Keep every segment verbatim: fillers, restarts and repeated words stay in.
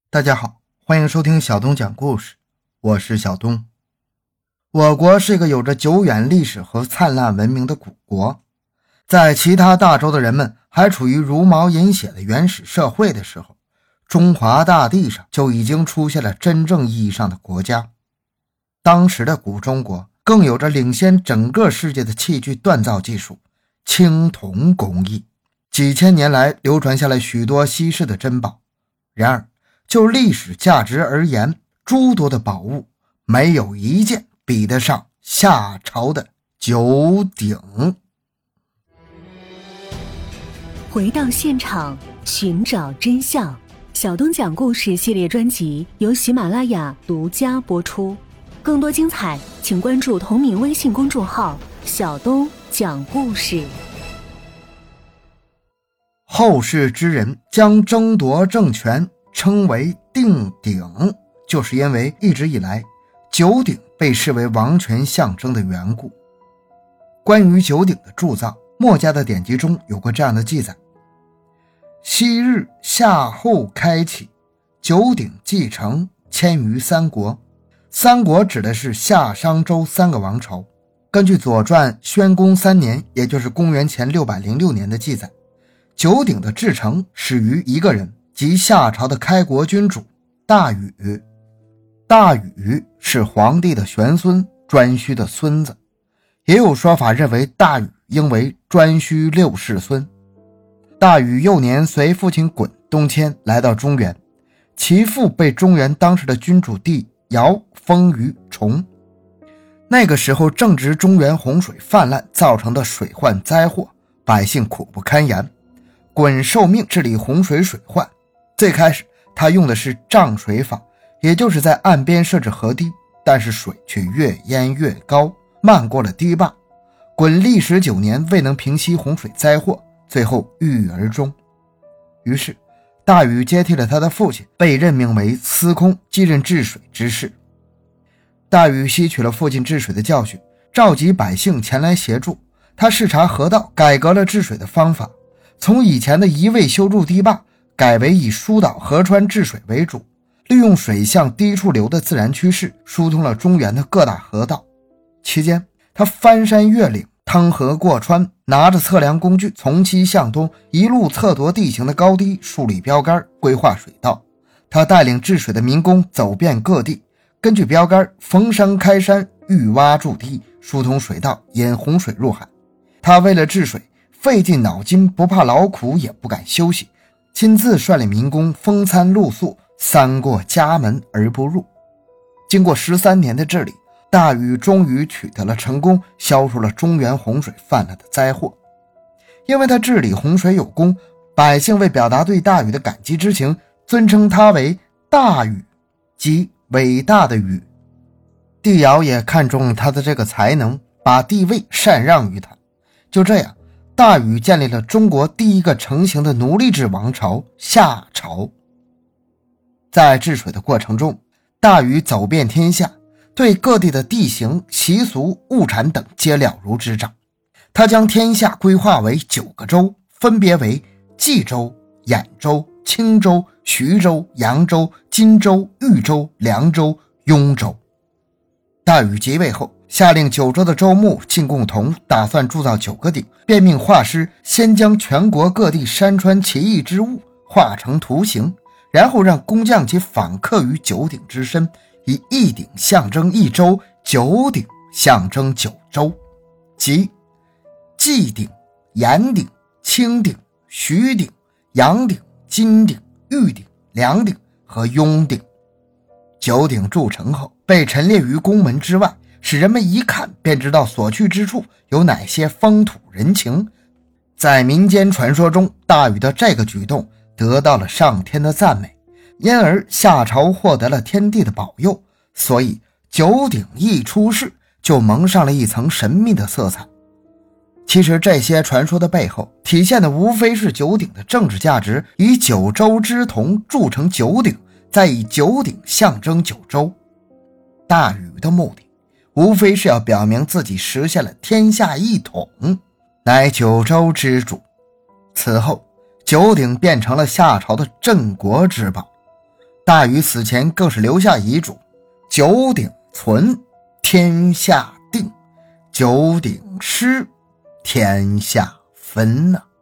大家好，欢迎收听小东讲故事，我是小东。我国是一个有着久远历史和灿烂文明的古国，在其他大洲的人们还处于茹毛饮血的原始社会的时候，中华大地上就已经出现了真正意义上的国家。当时的古中国更有着领先整个世界的器具锻造技术——青铜工艺，几千年来流传下来许多稀世的珍宝。然而就历史价值而言，诸多的宝物没有一件比得上夏朝的九鼎。 回到现场，寻找真相。小东讲故事系列专辑由喜马拉雅独家播出，更多精彩请关注同名微信公众号小东讲故事。 后世之人将争夺政权称为定鼎，就是因为一直以来九鼎被视为王权象征的缘故。关于九鼎的铸造，墨家的典籍中有过这样的记载：昔日夏后开启，九鼎继承，迁于三国。三国指的是夏商周三个王朝。根据左传宣公三年，也就是公元前六百零六年的记载，九鼎的制成始于一个人，即夏朝的开国君主大禹。大禹是皇帝的玄孙，颛顼的孙子，也有说法认为大禹应为颛顼六世孙。大禹幼年随父亲鲧东迁来到中原，其父被中原当时的君主帝尧封于崇。那个时候正值中原洪水泛滥造成的水患灾祸，百姓苦不堪言。鲧受命治理洪水水患，最开始他用的是涨水法，也就是在岸边设置河堤，但是水却越淹越高，漫过了堤坝。鲧历时九年未能平息洪水灾祸，最后郁郁而终。于是大禹接替了他的父亲，被任命为司空，继任治水之事。大禹吸取了父亲治水的教训，召集百姓前来协助。他视察河道，改革了治水的方法，从以前的一味修筑堤坝，改为以疏导河川治水为主，利用水向低处流的自然趋势，疏通了中原的各大河道。期间他翻山越岭，趟河过川，拿着测量工具从西向东一路测度地形的高低，树立标杆，规划水道。他带领治水的民工走遍各地，根据标杆逢山开山，遇洼筑堤，疏通水道，引洪水入海。他为了治水费尽脑筋，不怕劳苦，也不敢休息，亲自率领民工风餐露宿，三过家门而不入。经过十三年的治理，大禹终于取得了成功，消除了中原洪水泛滥的灾祸。因为他治理洪水有功，百姓为表达对大禹的感激之情，尊称他为大禹，即伟大的禹。帝尧也看中他的这个才能，把帝位禅让于他。就这样，大禹建立了中国第一个成型的奴隶制王朝夏朝。在治水的过程中，大禹走遍天下，对各地的地形、习俗、物产等皆了如指掌。他将天下规划为九个州，分别为冀州、兖州、青州、徐州、扬州、荆州、豫州、凉州、雍州。大禹即位后，下令九州的州牧进贡铜，打算铸造九个鼎，便命画师先将全国各地山川奇异之物画成图形，然后让工匠及仿刻于九鼎之身，以一鼎象征一州，九鼎象征九州，即冀鼎、兖鼎、青鼎、徐鼎、阳鼎、金鼎、豫鼎、梁鼎和雍鼎。九鼎铸成后，被陈列于宫门之外，使人们一看便知道所去之处有哪些风土人情。在民间传说中，大禹的这个举动得到了上天的赞美，因而夏朝获得了天地的保佑，所以九鼎一出世就蒙上了一层神秘的色彩。其实这些传说的背后体现的无非是九鼎的政治价值，以九州之铜铸成九鼎，再以九鼎象征九州。大禹的目的无非是要表明自己实现了天下一统，乃九州之主。此后九鼎变成了夏朝的镇国之宝。 大禹死前更是留下遗嘱：九鼎存，天下定；九鼎失，天下分啊。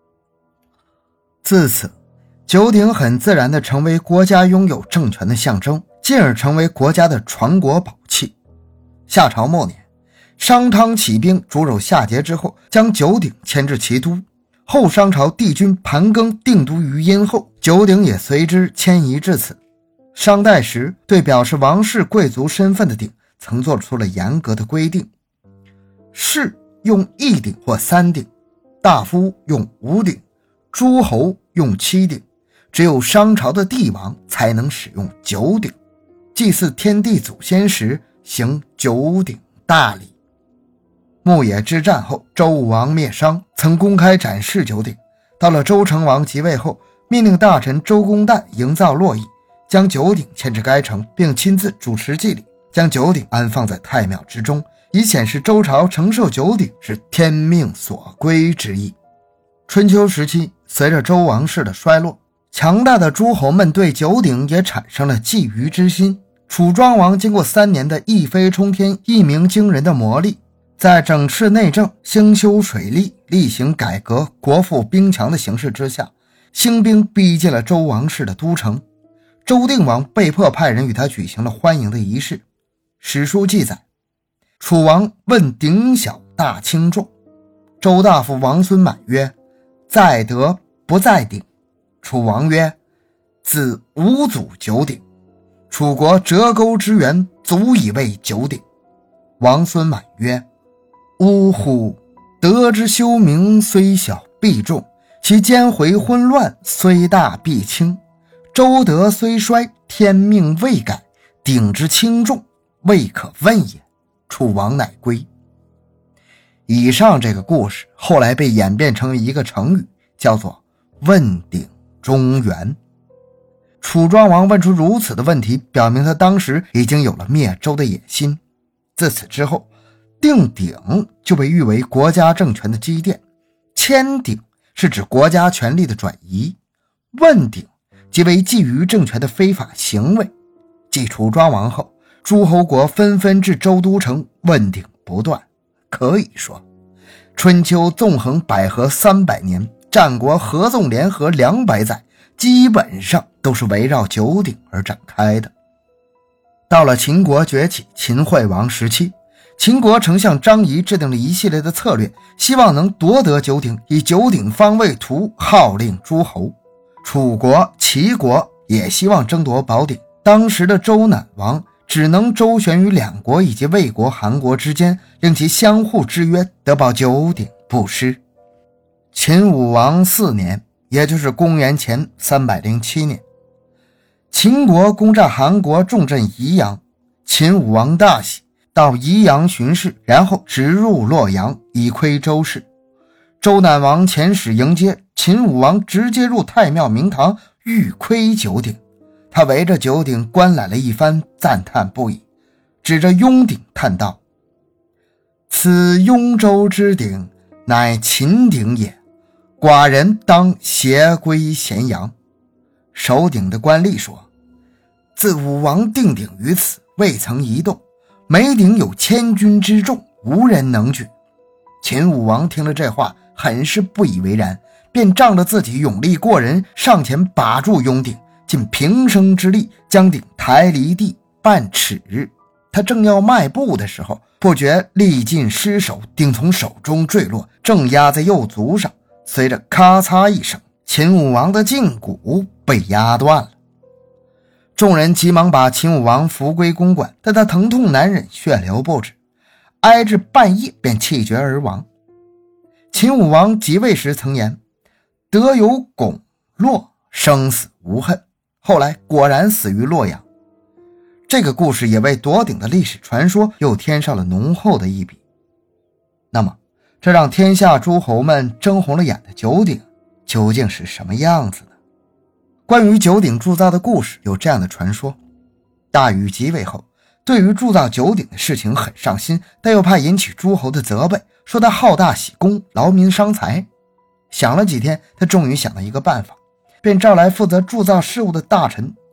自此，九鼎很自然地成为国家拥有政权的象征，进而成为国家的传国宝器。夏朝末年，商汤起兵逐肉夏桀之后，将九鼎迁至齐都。后商朝帝君盘庚定都于殷后，九鼎也随之迁移至此。商代时对表示王室贵族身份的鼎曾做出了严格的规定，士用一鼎或三鼎，大夫用五鼎，诸侯用七鼎，只有商朝的帝王才能使用九鼎。祭祀天地祖先时行九鼎大礼。牧野之战后，周武王灭商，曾公开展示九鼎。到了周成王即位后，命令大臣周公旦营造洛邑，将九鼎迁至该城，并亲自主持祭礼，将九鼎安放在太庙之中，以显示周朝承受九鼎是天命所归之意。春秋时期，随着周王室的衰落，强大的诸侯们对九鼎也产生了觊觎之心。楚庄王经过三年的一飞冲天、一鸣惊人的磨砺，在整治内政、兴修水利、厉行改革、国富兵强的形势之下，兴兵逼近了周王室的都城。周定王被迫派人与他举行了欢迎的仪式。史书记载，楚王问鼎小大轻重，周大夫王孙满曰：在德不在鼎。楚王曰：自五祖九鼎，楚国折钩之源足以为九鼎。王孙满曰：呜呼，德之修明虽小必重，其奸回昏乱虽大必轻。周德虽衰，天命未改，鼎之轻重未可问也。楚王乃归。以上这个故事后来被演变成一个成语，叫做问鼎中原。楚庄王问出如此的问题，表明他当时已经有了灭周的野心。自此之后，定鼎就被誉为国家政权的基垫，迁鼎是指国家权力的转移，问鼎即为觊觎政权的非法行为。继楚庄王后，诸侯国纷纷至周都城问鼎不断。可以说，春秋纵横捭阖三百年，战国合纵联合两百载，基本上都是围绕九鼎而展开的。到了秦国崛起、秦惠王时期，秦国丞相张仪制定了一系列的策略，希望能夺得九鼎，以九鼎方位图号令诸侯。楚国、齐国也希望争夺宝鼎，当时的周赧王只能周旋于两国以及魏国、韩国之间，令其相互制约，得保九鼎不失。秦武王四年，也就是公元前三百零七年，秦国攻占韩国重镇宜阳，秦武王大喜，到宜阳巡视，然后直入洛阳，以窥周室。周赧王遣使迎接，秦武王直接入太庙明堂，欲窥九鼎。他围着九鼎观览了一番，赞叹不已，指着雍鼎叹道：此雍州之鼎，乃秦鼎也，寡人当携归咸阳。守鼎的官吏说：自武王定鼎于此，未曾移动，每鼎有千钧之重，无人能举。秦武王听了这话，很是不以为然，便仗着自己勇力过人，上前把住雍鼎，尽平生之力将鼎抬离地半尺。他正要迈步的时候，不觉力尽失手，鼎从手中坠落，正压在右足上，随着咔嚓一声，秦武王的胫骨被压断了。众人急忙把秦武王扶归公馆，但他疼痛难忍，血流不止，挨至半夜便气绝而亡。秦武王即位时曾言：德有拱洛，生死无恨。后来果然死于洛阳。这个故事也为夺鼎的历史传说又添上了浓厚的一笔。那么这让天下诸侯们睁红了眼的九鼎究竟是什么样子呢？关于九鼎铸造的故事有这样的传说：大禹即位后，对于铸造九鼎的事情很上心，但又怕引起诸侯的责备，说他好大喜功，劳民伤财。想了几天，他终于想到一个办法，便召来负责铸造事务的大臣，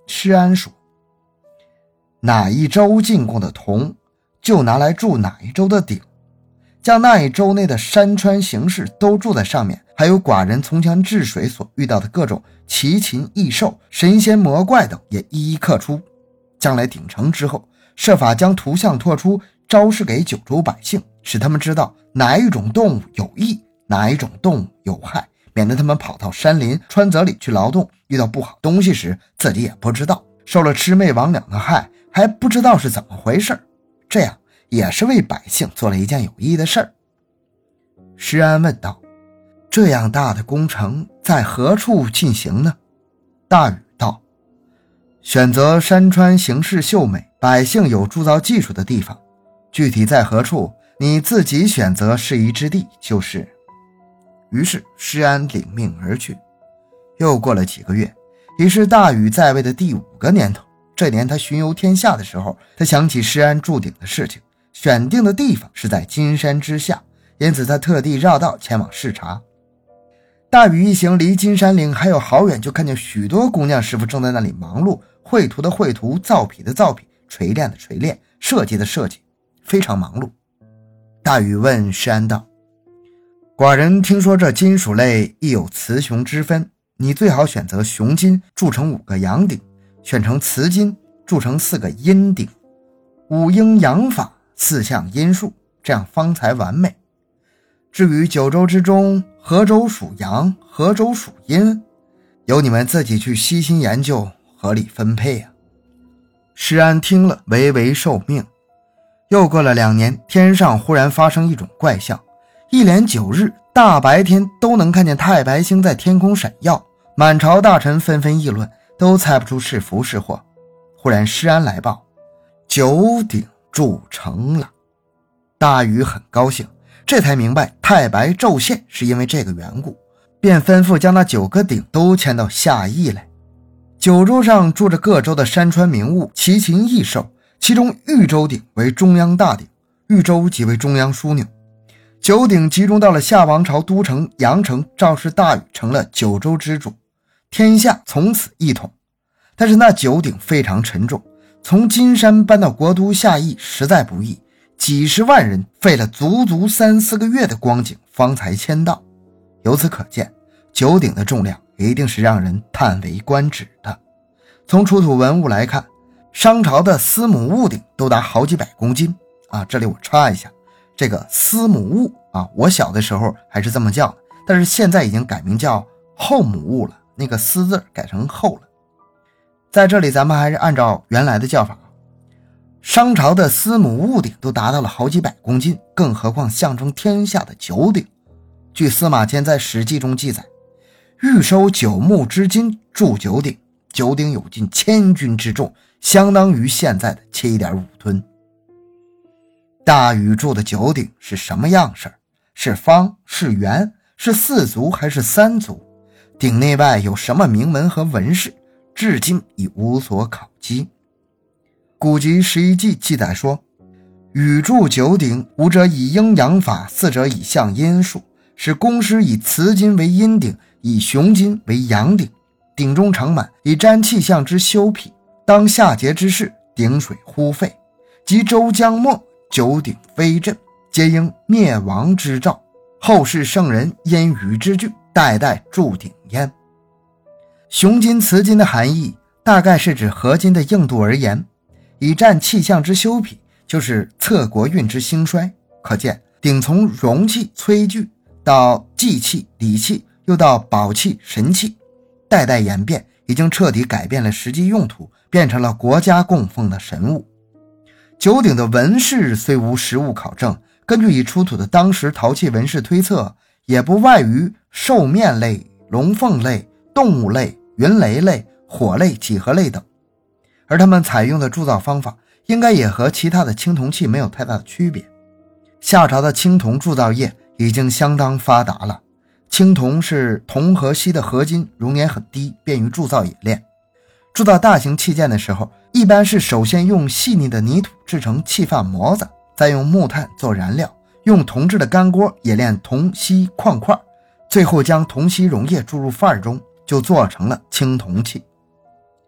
施安说，哪一州进贡的铜就拿来铸哪一州的鼎，将那一州内的山川形势都铸在上面，还有寡人从前治水所遇到的各种奇禽异兽、神仙魔怪等也一一刻出，将来鼎成之后，设法将图像拓出，昭示给九州百姓，使他们知道哪一种动物有益，哪一种动物有害，免得他们跑到山林川泽里去劳动，遇到不好东西时自己也不知道，受了魑魅魍魉的害，还不知道是怎么回事，这样也是为百姓做了一件有益的事儿。施安问道，这样大的工程在何处进行呢？大禹道，选择山川形势秀美、百姓有铸造技术的地方，具体在何处，你自己选择适宜之地就是。于是施安领命而去。又过了几个月，已是大禹在位的第五个年头。这年他巡游天下的时候，他想起施安筑鼎的事情，选定的地方是在金山之下，因此他特地绕道前往视察。大禹一行离金山岭还有好远，就看见许多工匠师傅正在那里忙碌，绘图的绘图，造坯的造坯，锤炼的锤炼，设计的设计，非常忙碌。大禹问施安道，寡人听说这金属类亦有雌雄之分，你最好选择雄金铸成五个阳鼎，选成雌金铸成四个阴鼎，五阴阳法，四象阴数，这样方才完美。至于九州之中，何州属阳，何州属阴，由你们自己去悉心研究，合理分配啊。施安听了，唯唯受命。又过了两年，天上忽然发生一种怪象，一连九日大白天都能看见太白星在天空闪耀，满朝大臣纷纷议论，都猜不出是福是祸。忽然施安来报，九鼎铸成了。大禹很高兴，这才明白太白骤现是因为这个缘故，便吩咐将那九个鼎都迁到下邑来。九州上住着各州的山川名物、奇禽异兽，其中豫州鼎为中央大鼎，豫州即为中央枢纽。九鼎集中到了夏王朝都城阳城，赵氏大禹成了九州之主，天下从此一统。但是那九鼎非常沉重，从金山搬到国都下邑实在不易，几十万人费了足足三四个月的光景方才迁到。由此可见，九鼎的重量一定是让人叹为观止的。从出土文物来看，商朝的司母戊鼎都达好几百公斤啊！这里我插一下，这个司母戊啊，我小的时候还是这么叫的，但是现在已经改名叫后母戊了，那个司字改成后了。在这里咱们还是按照原来的叫法。商朝的司母戊鼎都达到了好几百公斤，更何况象征天下的九鼎。据司马迁在《史记》中记载，欲收九牧之金铸九鼎，九鼎有近千钧之重，相当于现在的 七点五 吨。大禹铸的九鼎是什么样式？是方是圆，是四足还是三足？鼎内外有什么铭文和纹饰？至今已无所考稽。古籍《十一纪》记载说，禹铸九鼎，五者以阴阳法，四者以象阴数，使公师以雌金为阴鼎，以雄金为阳鼎。鼎中盛满，以沾气象之修脾，当夏桀之事，鼎水忽沸，及周将末，九鼎飞震，皆应灭亡之兆。后世圣人因禹之具，代代铸鼎焉。雄金雌金的含义大概是指合金的硬度而言，以占气象之修脾，就是测国运之兴衰。可见鼎从容器催具到祭器礼器，又到宝器神器，代代演变，已经彻底改变了实际用途，变成了国家供奉的神物。九鼎的纹饰虽无实物考证，根据已出土的当时陶器纹饰推测，也不外于兽面类、龙凤类、动物类、云雷类、火类、几何类等。而他们采用的铸造方法应该也和其他的青铜器没有太大的区别。夏朝的青铜铸造业已经相当发达了，青铜是铜和锡的合金，熔点很低，便于铸造冶炼。铸造大型器件的时候，一般是首先用细腻的泥土制成器范模子，再用木炭做燃料，用铜制的干锅冶炼铜锡矿块，最后将铜锡溶液注入范中，就做成了青铜器。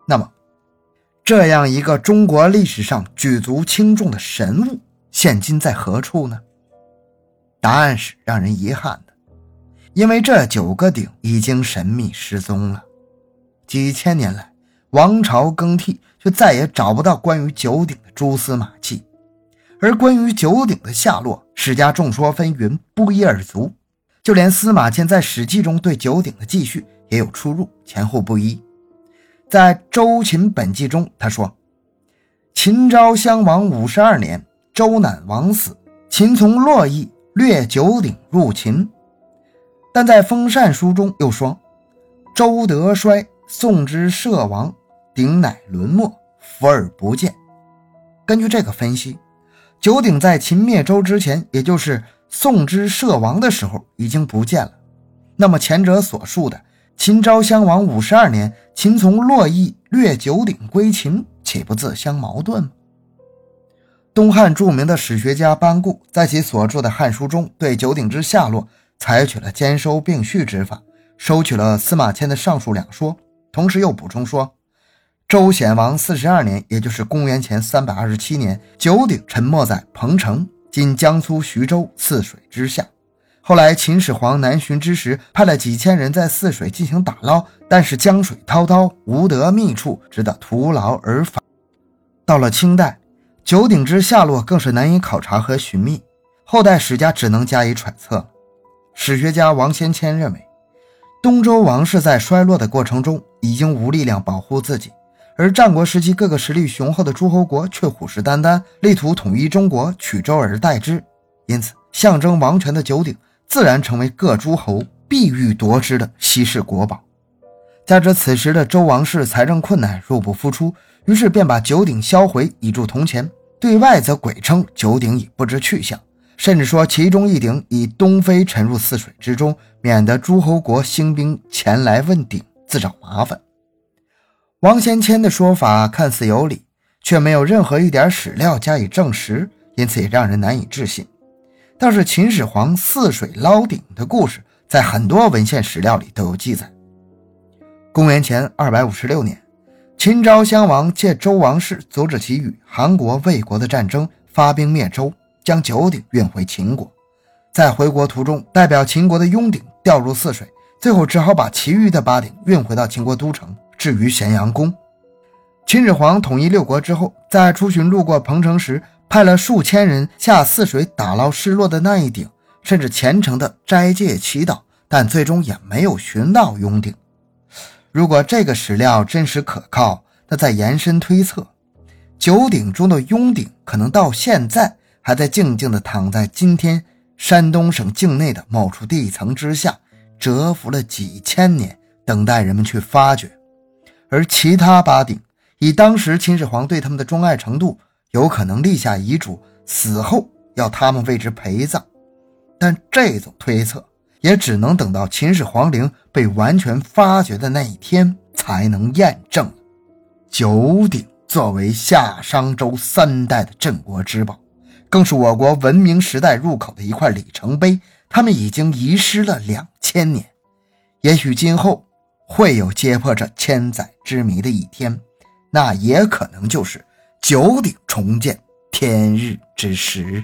那么这样一个中国历史上举足轻重的神物，现今在何处呢？答案是让人遗憾的，因为这九个鼎已经神秘失踪了。几千年来，王朝更替，却再也找不到关于九鼎的蛛丝马迹。而关于九鼎的下落，史家众说纷纭，不一而足。就连司马迁在《史记》中对九鼎的记叙也有出入，前后不一。在《周秦本纪》中，他说：秦昭襄王五十二年，周赧王死，秦从洛邑掠九鼎入秦。但在《封禅书》中又说：周德衰，宋之社亡，鼎乃沦没，伏而不见。根据这个分析，九鼎在秦灭周之前，也就是宋之社亡的时候已经不见了。那么前者所述的秦昭襄王五十二年，秦从洛邑掠九鼎归秦，岂不自相矛盾吗？东汉著名的史学家班固在其所著的《汉书》中，对九鼎之下落采取了兼收并蓄之法，收取了司马迁的上述两说，同时又补充说，周显王四十二年，也就是公元前三百二十七年，九鼎沉没在彭城，今江苏徐州泗水之下。后来秦始皇南巡之时，派了几千人在泗水进行打捞，但是江水滔滔，无得觅处，只得徒劳而返。到了清代，九鼎之下落更是难以考察和寻觅，后代史家只能加以揣测了。史学家王先谦认为，东周王室在衰落的过程中已经无力量保护自己，而战国时期各个实力雄厚的诸侯国却虎视眈眈，力图统一中国，取周而代之。因此象征王权的九鼎自然成为各诸侯必欲夺之的稀世国宝。加之此时的周王室财政困难，入不敷出，于是便把九鼎销毁，以铸铜钱。对外则鬼称九鼎已不知去向，甚至说其中一鼎已东飞沉入泗水之中，免得诸侯国兴兵前来问鼎，自找麻烦。王先谦的说法看似有理，却没有任何一点史料加以证实，因此也让人难以置信。倒是秦始皇泗水捞鼎的故事，在很多文献史料里都有记载。公元前二百五十六年，秦昭襄王借周王室阻止其与韩国、魏国的战争，发兵灭周，将九鼎运回秦国。在回国途中，代表秦国的雍鼎掉入泗水，最后只好把其余的八鼎运回到秦国都城，置于咸阳宫。秦始皇统一六国之后，在出巡路过彭城时，派了数千人下泗水打捞失落的那一鼎，甚至虔诚的斋戒祈祷，但最终也没有寻到雍鼎。如果这个史料真实可靠，那再延伸推测，九鼎中的雍鼎可能到现在还在静静地躺在今天山东省境内的某处地层之下，蛰伏了几千年，等待人们去发掘。而其他八鼎，以当时秦始皇对他们的钟爱程度，有可能立下遗嘱，死后要他们为之陪葬。但这种推测也只能等到秦始皇陵被完全发掘的那一天才能验证。九鼎作为夏商周三代的镇国之宝，更是我国文明时代入口的一块里程碑，他们已经遗失了两千年。也许今后会有揭破这千载之谜的一天，那也可能就是九鼎重见天日之时。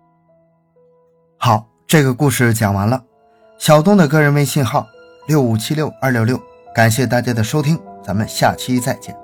好，这个故事讲完了。小东的个人微信号六五七六二六六，感谢大家的收听，咱们下期再见。